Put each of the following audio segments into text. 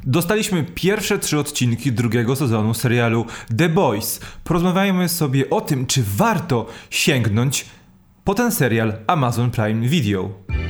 Dostaliśmy pierwsze 3 odcinki drugiego sezonu serialu The Boys. Porozmawiajmy sobie o tym, czy warto sięgnąć po ten serial Amazon Prime Video.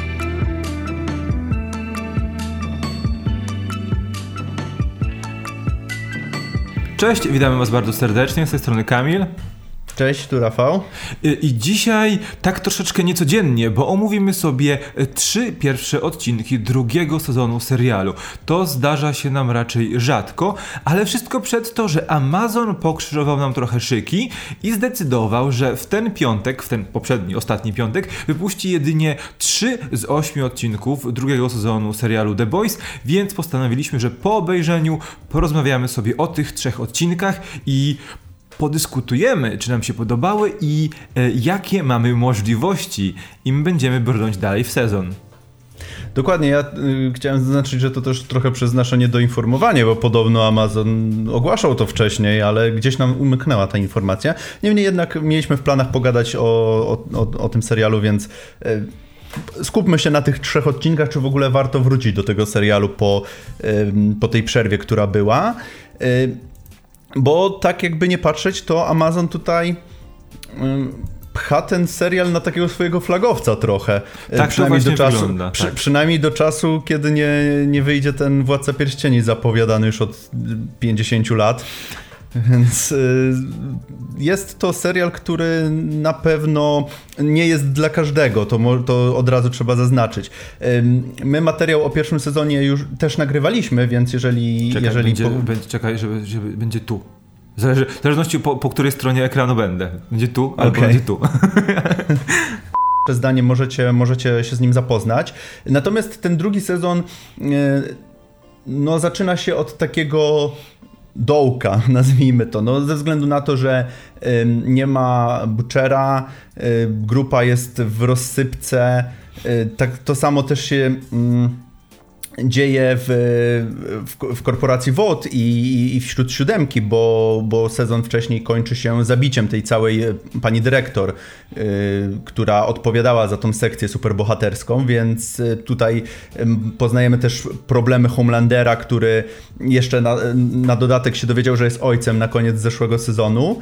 Cześć, witamy Was bardzo serdecznie, z tej strony Kamil. Cześć, tu Rafał. I dzisiaj tak troszeczkę niecodziennie, bo omówimy sobie 3 pierwsze odcinki drugiego sezonu serialu. To zdarza się nam raczej rzadko, ale wszystko przed to, że Amazon pokrzyżował nam trochę szyki i zdecydował, że w ten piątek, w ten poprzedni, ostatni piątek, wypuści jedynie 3 z 8 odcinków drugiego sezonu serialu The Boys, więc postanowiliśmy, że po obejrzeniu porozmawiamy sobie o tych 3 odcinkach i podyskutujemy, czy nam się podobały i jakie mamy możliwości im będziemy brnąć dalej w sezon. Dokładnie, ja chciałem zaznaczyć, że to też trochę przez nasze niedoinformowanie, bo podobno Amazon ogłaszał to wcześniej, ale gdzieś nam umknęła ta informacja. Niemniej jednak mieliśmy w planach pogadać o tym serialu, więc skupmy się na tych 3 odcinkach, czy w ogóle warto wrócić do tego serialu po tej przerwie, która była. Bo tak jakby nie patrzeć, to Amazon tutaj pcha ten serial na takiego swojego flagowca trochę. Tak przynajmniej do czasu, wygląda, tak. Przynajmniej do czasu, kiedy nie wyjdzie ten Władca Pierścieni zapowiadany już od 50 lat. Więc jest to serial, który na pewno nie jest dla każdego, to od razu trzeba zaznaczyć. My materiał o pierwszym sezonie już też nagrywaliśmy, więc jeżeli... Czekaj, żeby będzie tu. W zależności po której stronie ekranu będę. Będzie tu albo będzie tu. Zdanie możecie się z nim zapoznać. Natomiast ten drugi sezon zaczyna się od takiego dołka, nazwijmy to, ze względu na to, że nie ma Butchera, grupa jest w rozsypce, tak to samo też się dzieje w korporacji WOT i wśród siódemki, bo sezon wcześniej kończy się zabiciem tej całej pani dyrektor, która odpowiadała za tą sekcję superbohaterską, więc tutaj poznajemy też problemy Homelandera, który jeszcze na dodatek się dowiedział, że jest ojcem na koniec zeszłego sezonu.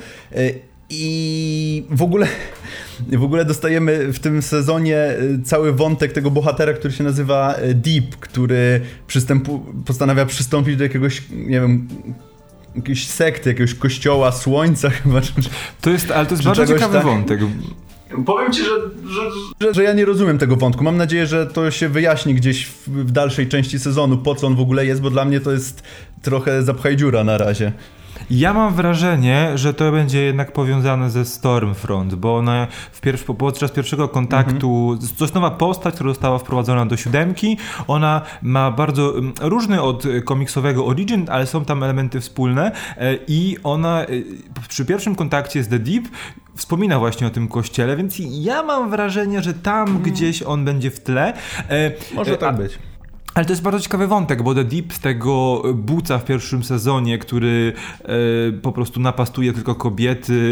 I w ogóle dostajemy w tym sezonie cały wątek tego bohatera, który się nazywa Deep, który postanawia przystąpić do jakiegoś, nie wiem, jakiejś sekty, jakiegoś kościoła słońca chyba. To jest bardzo ciekawy wątek. Powiem ci, że ja nie rozumiem tego wątku. Mam nadzieję, że to się wyjaśni gdzieś w dalszej części sezonu, po co on w ogóle jest, bo dla mnie to jest trochę zapchaj dziura na razie. Ja mam wrażenie, że to będzie jednak powiązane ze Stormfront, bo ona podczas pierwszego kontaktu, to jest nowa postać, która została wprowadzona do siódemki. Ona ma bardzo różny od komiksowego origin, ale są tam elementy wspólne i ona przy pierwszym kontakcie z The Deep wspomina właśnie o tym kościele, więc ja mam wrażenie, że tam gdzieś on będzie w tle. Może tak być. Ale to jest bardzo ciekawy wątek, bo The Deep z tego buca w pierwszym sezonie, który po prostu napastuje tylko kobiety,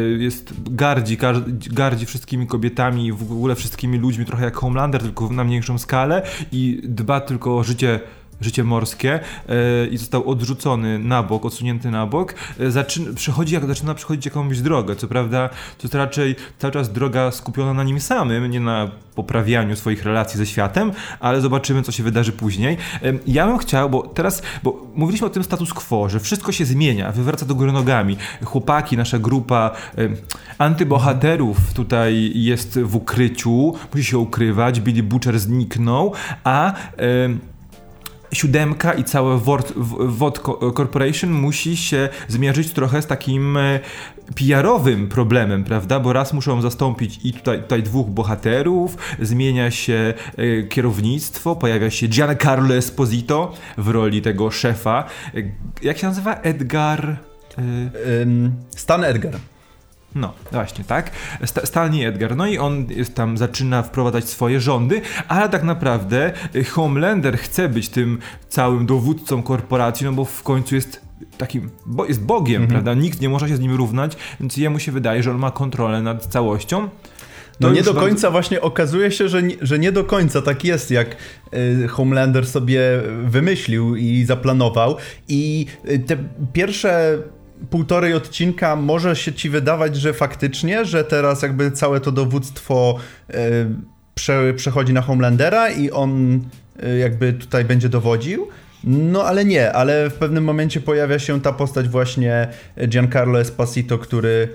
gardzi wszystkimi kobietami i w ogóle wszystkimi ludźmi, trochę jak Homelander, tylko na mniejszą skalę i dba tylko o życie morskie i został odrzucony na bok, odsunięty na bok, zaczyna przechodzić jakąś drogę. Co prawda to jest raczej cały czas droga skupiona na nim samym, nie na poprawianiu swoich relacji ze światem, ale zobaczymy, co się wydarzy później. Ja bym chciał, bo mówiliśmy o tym status quo, że wszystko się zmienia, wywraca do góry nogami. Chłopaki, nasza grupa antybohaterów tutaj jest w ukryciu, musi się ukrywać, Billy Butcher zniknął, a siódemka i całe WOT Corporation musi się zmierzyć trochę z takim PR-owym problemem, prawda? Bo raz muszą zastąpić i tutaj 2 bohaterów, zmienia się kierownictwo, pojawia się Giancarlo Esposito w roli tego szefa. Jak się nazywa? Stan Edgar. No, właśnie, tak. Stanley Edgar. No i on tam zaczyna wprowadzać swoje rządy, ale tak naprawdę Homelander chce być tym całym dowódcą korporacji, no bo w końcu jest takim, jest Bogiem, prawda? Nikt nie może się z nim równać, więc jemu się wydaje, że on ma kontrolę nad całością. No nie do końca właśnie okazuje się, że nie do końca tak jest, jak Homelander sobie wymyślił i zaplanował. I te pierwsze półtorej odcinka może się ci wydawać, że faktycznie, że teraz jakby całe to dowództwo przechodzi na Homelandera i on jakby tutaj będzie dowodził. No ale nie, ale w pewnym momencie pojawia się ta postać właśnie Giancarlo Esposito, który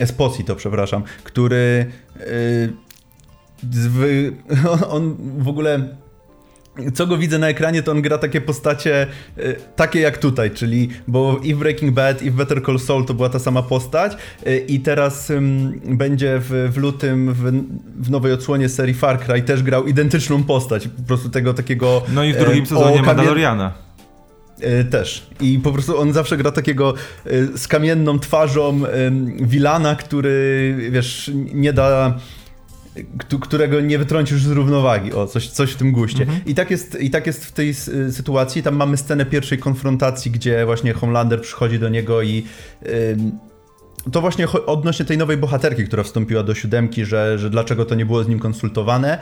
on w ogóle, co go widzę na ekranie, to on gra takie postacie takie jak tutaj, czyli, bo i w Breaking Bad, i w Better Call Saul to była ta sama postać i teraz będzie w lutym w nowej odsłonie serii Far Cry też grał identyczną postać, po prostu tego takiego... No i w drugim sezonie Mandaloriana. Też. I po prostu on zawsze gra takiego z kamienną twarzą wilana, który, wiesz, nie da... którego nie wytrącisz z równowagi. O, coś w tym guście. I tak jest w tej sytuacji. Tam mamy scenę pierwszej konfrontacji, gdzie właśnie Homelander przychodzi do niego i to właśnie odnośnie tej nowej bohaterki, która wstąpiła do 7, że dlaczego to nie było z nim konsultowane.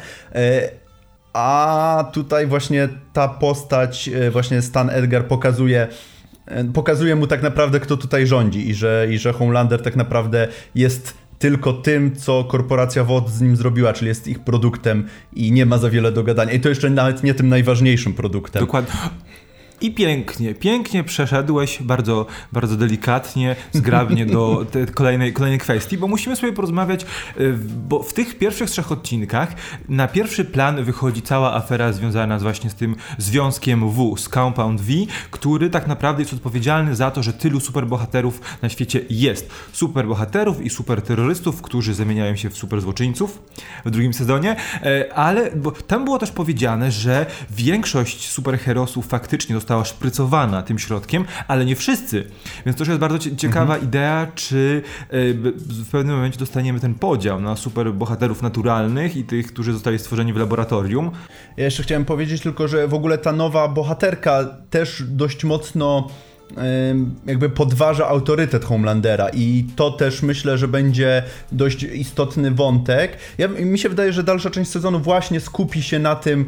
A tutaj właśnie ta postać, właśnie Stan Edgar pokazuje mu tak naprawdę, kto tutaj rządzi i że Homelander tak naprawdę jest tylko tym, co korporacja WOD z nim zrobiła, czyli jest ich produktem i nie ma za wiele do gadania. I to jeszcze nawet nie tym najważniejszym produktem. Dokładnie. I pięknie przeszedłeś, bardzo, bardzo delikatnie, zgrabnie do kolejnej kwestii, bo musimy sobie porozmawiać, bo w tych pierwszych 3 odcinkach na pierwszy plan wychodzi cała afera związana właśnie z tym związkiem W, z Compound V, który tak naprawdę jest odpowiedzialny za to, że tylu superbohaterów na świecie jest. Superbohaterów i superterrorystów, którzy zamieniają się w superzłoczyńców w drugim sezonie, ale bo tam było też powiedziane, że większość superherosów faktycznie została szprycowana tym środkiem, ale nie wszyscy. Więc to już jest bardzo ciekawa idea, czy w pewnym momencie dostaniemy ten podział na superbohaterów naturalnych i tych, którzy zostali stworzeni w laboratorium. Ja jeszcze chciałem powiedzieć tylko, że w ogóle ta nowa bohaterka też dość mocno jakby podważa autorytet Homelandera i to też myślę, że będzie dość istotny wątek. Mi się wydaje, że dalsza część sezonu właśnie skupi się na tym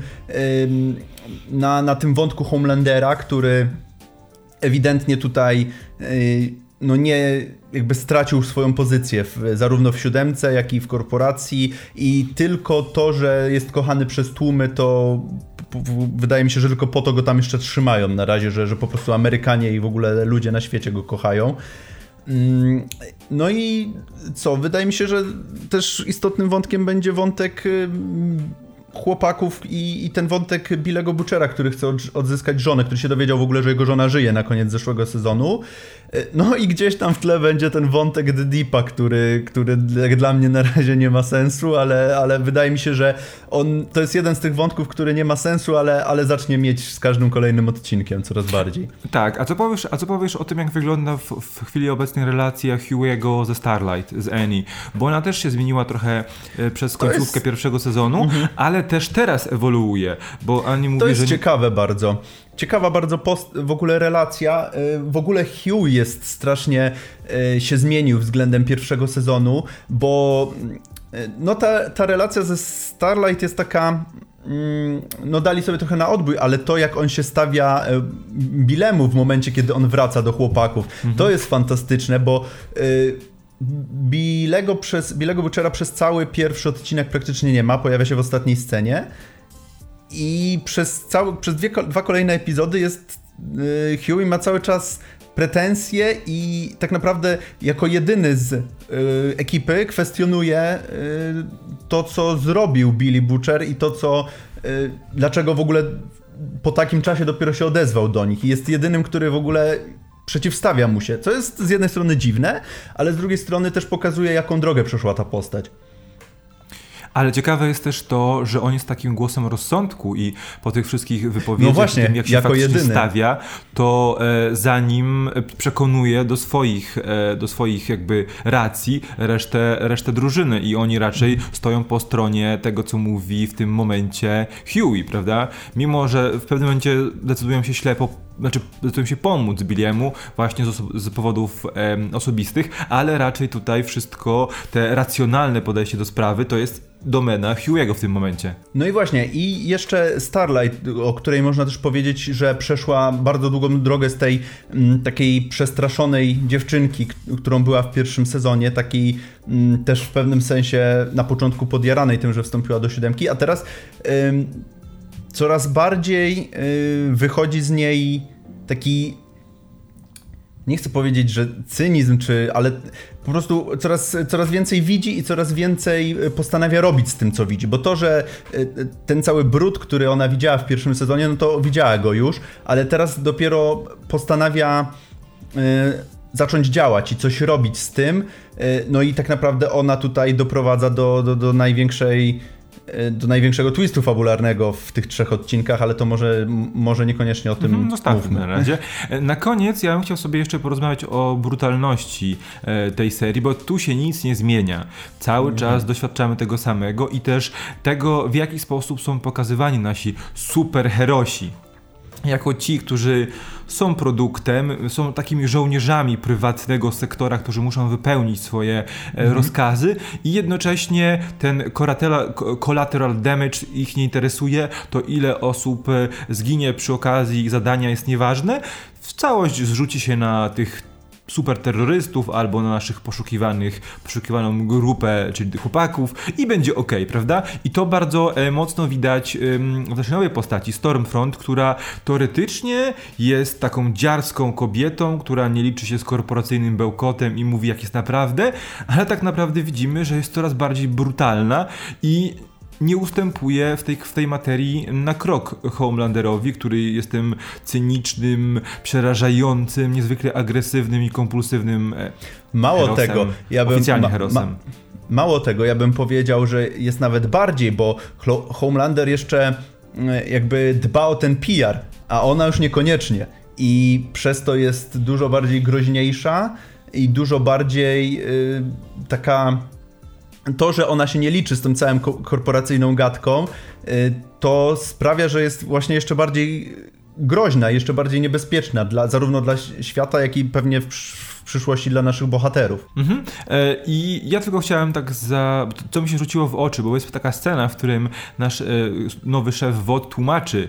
na tym wątku Homelandera, który ewidentnie tutaj no nie jakby stracił swoją pozycję zarówno w 7, jak i w korporacji i tylko to, że jest kochany przez tłumy, to wydaje mi się, że tylko po to go tam jeszcze trzymają na razie, że po prostu Amerykanie i w ogóle ludzie na świecie go kochają. No i co? Wydaje mi się, że też istotnym wątkiem będzie wątek chłopaków i ten wątek Billego Butchera, który chce odzyskać żonę, który się dowiedział w ogóle, że jego żona żyje na koniec zeszłego sezonu. No i gdzieś tam w tle będzie ten wątek The Deepa, który jak dla mnie na razie nie ma sensu, ale wydaje mi się, że to jest jeden z tych wątków, który nie ma sensu, ale zacznie mieć z każdym kolejnym odcinkiem coraz bardziej. Tak, a co powiesz o tym, jak wygląda w chwili obecnej relacja Hughie'ego ze Starlight, z Annie? Bo ona też się zmieniła trochę przez końcówkę pierwszego sezonu, ale też teraz ewoluuje, bo Annie mówi, to jest że... ciekawe bardzo. Ciekawa bardzo w ogóle relacja. W ogóle Hugh jest strasznie się zmienił względem pierwszego sezonu, bo no ta relacja ze Starlight jest taka... No dali sobie trochę na odbój, ale to jak on się stawia Billemu w momencie, kiedy on wraca do chłopaków, to jest fantastyczne, bo... Billego Butchera przez cały pierwszy odcinek praktycznie nie ma, pojawia się w ostatniej scenie i przez dwa kolejne epizody jest Hughie ma cały czas pretensje i tak naprawdę jako jedyny z ekipy kwestionuje to, co zrobił Billy Butcher i to, co dlaczego w ogóle po takim czasie dopiero się odezwał do nich i jest jedynym, który w ogóle przeciwstawia mu się, co jest z jednej strony dziwne, ale z drugiej strony też pokazuje, jaką drogę przeszła ta postać. Ale ciekawe jest też to, że on jest takim głosem rozsądku i po tych wszystkich wypowiedziach, no właśnie, tym jak się faktycznie stawia, to za nim przekonuje do swoich jakby racji resztę drużyny i oni raczej stoją po stronie tego, co mówi w tym momencie Hughie, prawda? Mimo, że w pewnym momencie decydują się ślepo zdecydują się pomóc Billiemu właśnie z powodów osobistych, ale raczej tutaj wszystko, te racjonalne podejście do sprawy to jest domena Hugh'ego w tym momencie. No i właśnie, i jeszcze Starlight, o której można też powiedzieć, że przeszła bardzo długą drogę z tej takiej przestraszonej dziewczynki, którą była w pierwszym sezonie, takiej też w pewnym sensie na początku podjaranej tym, że wstąpiła do 7, a teraz coraz bardziej wychodzi z niej taki, nie chcę powiedzieć, że cynizm, ale po prostu coraz więcej widzi i coraz więcej postanawia robić z tym, co widzi. Bo to, że ten cały brud, który ona widziała w pierwszym sezonie, no to widziała go już, ale teraz dopiero postanawia zacząć działać i coś robić z tym. No i tak naprawdę ona tutaj doprowadza do największego twistu fabularnego w tych 3 odcinkach, ale to może niekoniecznie o tym zostawmy na razie. Na koniec ja bym chciał sobie jeszcze porozmawiać o brutalności tej serii, bo tu się nic nie zmienia. Cały czas doświadczamy tego samego i też tego, w jaki sposób są pokazywani nasi superherosi. Jako ci, którzy są produktem, są takimi żołnierzami prywatnego sektora, którzy muszą wypełnić swoje rozkazy i jednocześnie ten collateral damage ich nie interesuje, to ile osób zginie przy okazji ich zadania jest nieważne. W całość zrzuci się na tych superterrorystów albo na naszych poszukiwaną grupę, czyli chłopaków i będzie okej, prawda? I to bardzo mocno widać w naszej nowej postaci Stormfront, która teoretycznie jest taką dziarską kobietą, która nie liczy się z korporacyjnym bełkotem i mówi jak jest naprawdę, ale tak naprawdę widzimy, że jest coraz bardziej brutalna i nie ustępuje w tej materii na krok Homelanderowi, który jest tym cynicznym, przerażającym, niezwykle agresywnym i kompulsywnym herosem. Mało tego, ja bym powiedział, że jest nawet bardziej, bo Homelander jeszcze jakby dba o ten PR, a ona już niekoniecznie. I przez to jest dużo bardziej groźniejsza i dużo bardziej taka... To, że ona się nie liczy z tą całą korporacyjną gadką, to sprawia, że jest właśnie jeszcze bardziej groźna, jeszcze bardziej niebezpieczna zarówno dla świata, jak i pewnie w przyszłości dla naszych bohaterów. I ja tylko chciałem co mi się rzuciło w oczy, bo jest taka scena, w którym nasz nowy szef WOT tłumaczy,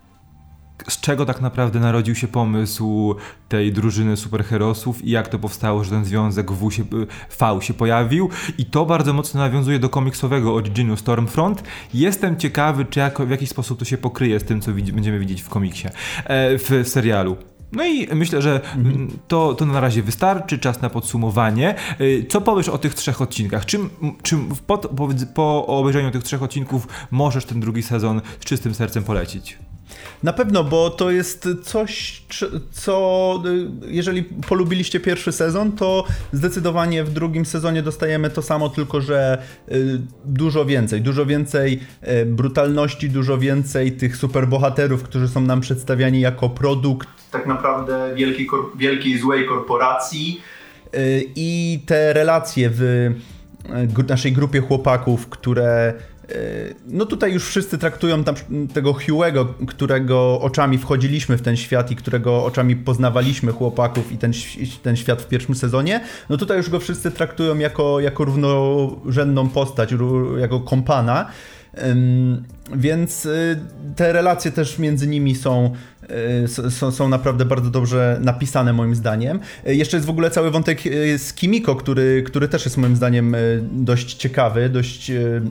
z czego tak naprawdę narodził się pomysł tej drużyny superherosów i jak to powstało, że ten związek V się pojawił i to bardzo mocno nawiązuje do komiksowego originu Stormfront. Jestem ciekawy, czy w jakiś sposób to się pokryje z tym, co będziemy widzieć w komiksie, w serialu. No i myślę, że to na razie wystarczy, czas na podsumowanie. Co powiesz o tych 3 odcinkach? Czym po obejrzeniu tych 3 odcinków możesz ten drugi sezon z czystym sercem polecić? Na pewno, bo to jest coś, co jeżeli polubiliście pierwszy sezon, to zdecydowanie w drugim sezonie dostajemy to samo, tylko że dużo więcej brutalności, dużo więcej tych superbohaterów, którzy są nam przedstawiani jako produkt tak naprawdę wielkiej złej korporacji i te relacje w naszej grupie chłopaków, które no tutaj już wszyscy traktują tego Hugh'ego, którego oczami wchodziliśmy w ten świat i którego oczami poznawaliśmy chłopaków i ten świat w pierwszym sezonie, no tutaj już go wszyscy traktują jako równorzędną postać, jako kompana. Więc te relacje też między nimi są naprawdę bardzo dobrze napisane moim zdaniem. Jeszcze jest w ogóle cały wątek z Kimiko, który też jest moim zdaniem dość ciekawy, dość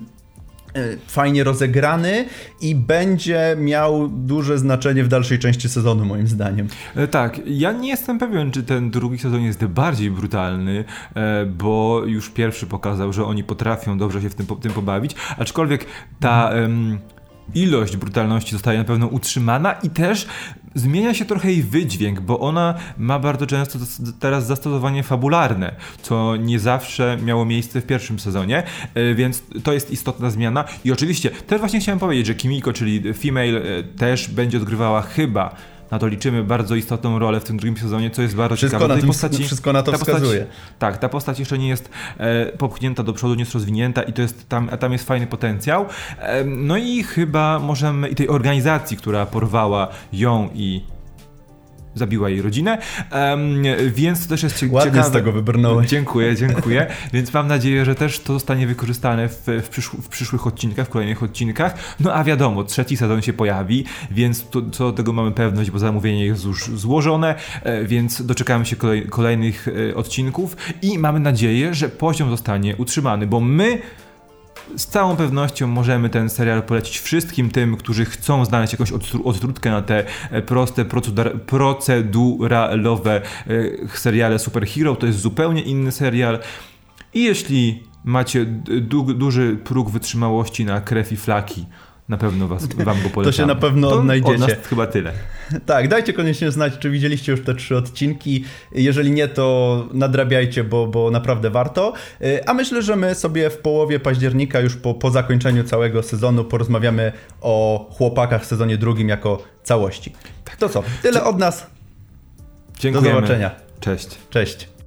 fajnie rozegrany i będzie miał duże znaczenie w dalszej części sezonu moim zdaniem. Tak, ja nie jestem pewien, czy ten drugi sezon jest bardziej brutalny, bo już pierwszy pokazał, że oni potrafią dobrze się w tym pobawić, aczkolwiek ta ilość brutalności zostaje na pewno utrzymana i też zmienia się trochę jej wydźwięk, bo ona ma bardzo często teraz zastosowanie fabularne, co nie zawsze miało miejsce w pierwszym sezonie, więc to jest istotna zmiana. I oczywiście też właśnie chciałem powiedzieć, że Kimiko, czyli female, też będzie odgrywała chyba, na to liczymy, bardzo istotną rolę w tym drugim sezonie, co jest bardzo ciekawe. Wszystko na to wskazuje. Tak, ta postać jeszcze nie jest popchnięta do przodu, nie jest rozwinięta i to jest tam jest fajny potencjał. No i chyba możemy, i tej organizacji, która porwała ją i zabiła jej rodzinę, więc to też jest ciekawe. Ładnie z tego wybrnąłeś. Dziękuję. Więc mam nadzieję, że też to zostanie wykorzystane w przyszłych odcinkach, w kolejnych odcinkach. No a wiadomo, 3. sezon się pojawi, więc co do tego mamy pewność, bo zamówienie jest już złożone, więc doczekamy się kolejnych odcinków i mamy nadzieję, że poziom zostanie utrzymany, bo my z całą pewnością możemy ten serial polecić wszystkim tym, którzy chcą znaleźć jakąś odtrutkę na te proste, proceduralowe seriale superhero. To jest zupełnie inny serial. I jeśli macie duży próg wytrzymałości na krew i flaki, na pewno wam go polecamy. To się na pewno odnajdziecie. Od nas chyba tyle. Tak, dajcie koniecznie znać, czy widzieliście już te 3 odcinki. Jeżeli nie, to nadrabiajcie, bo naprawdę warto. A myślę, że my sobie w połowie października, już po zakończeniu całego sezonu, porozmawiamy o Chłopakach w sezonie 2 jako całości. Tak. To co, tyle od nas. Dziękujemy. Do zobaczenia. Cześć. Cześć.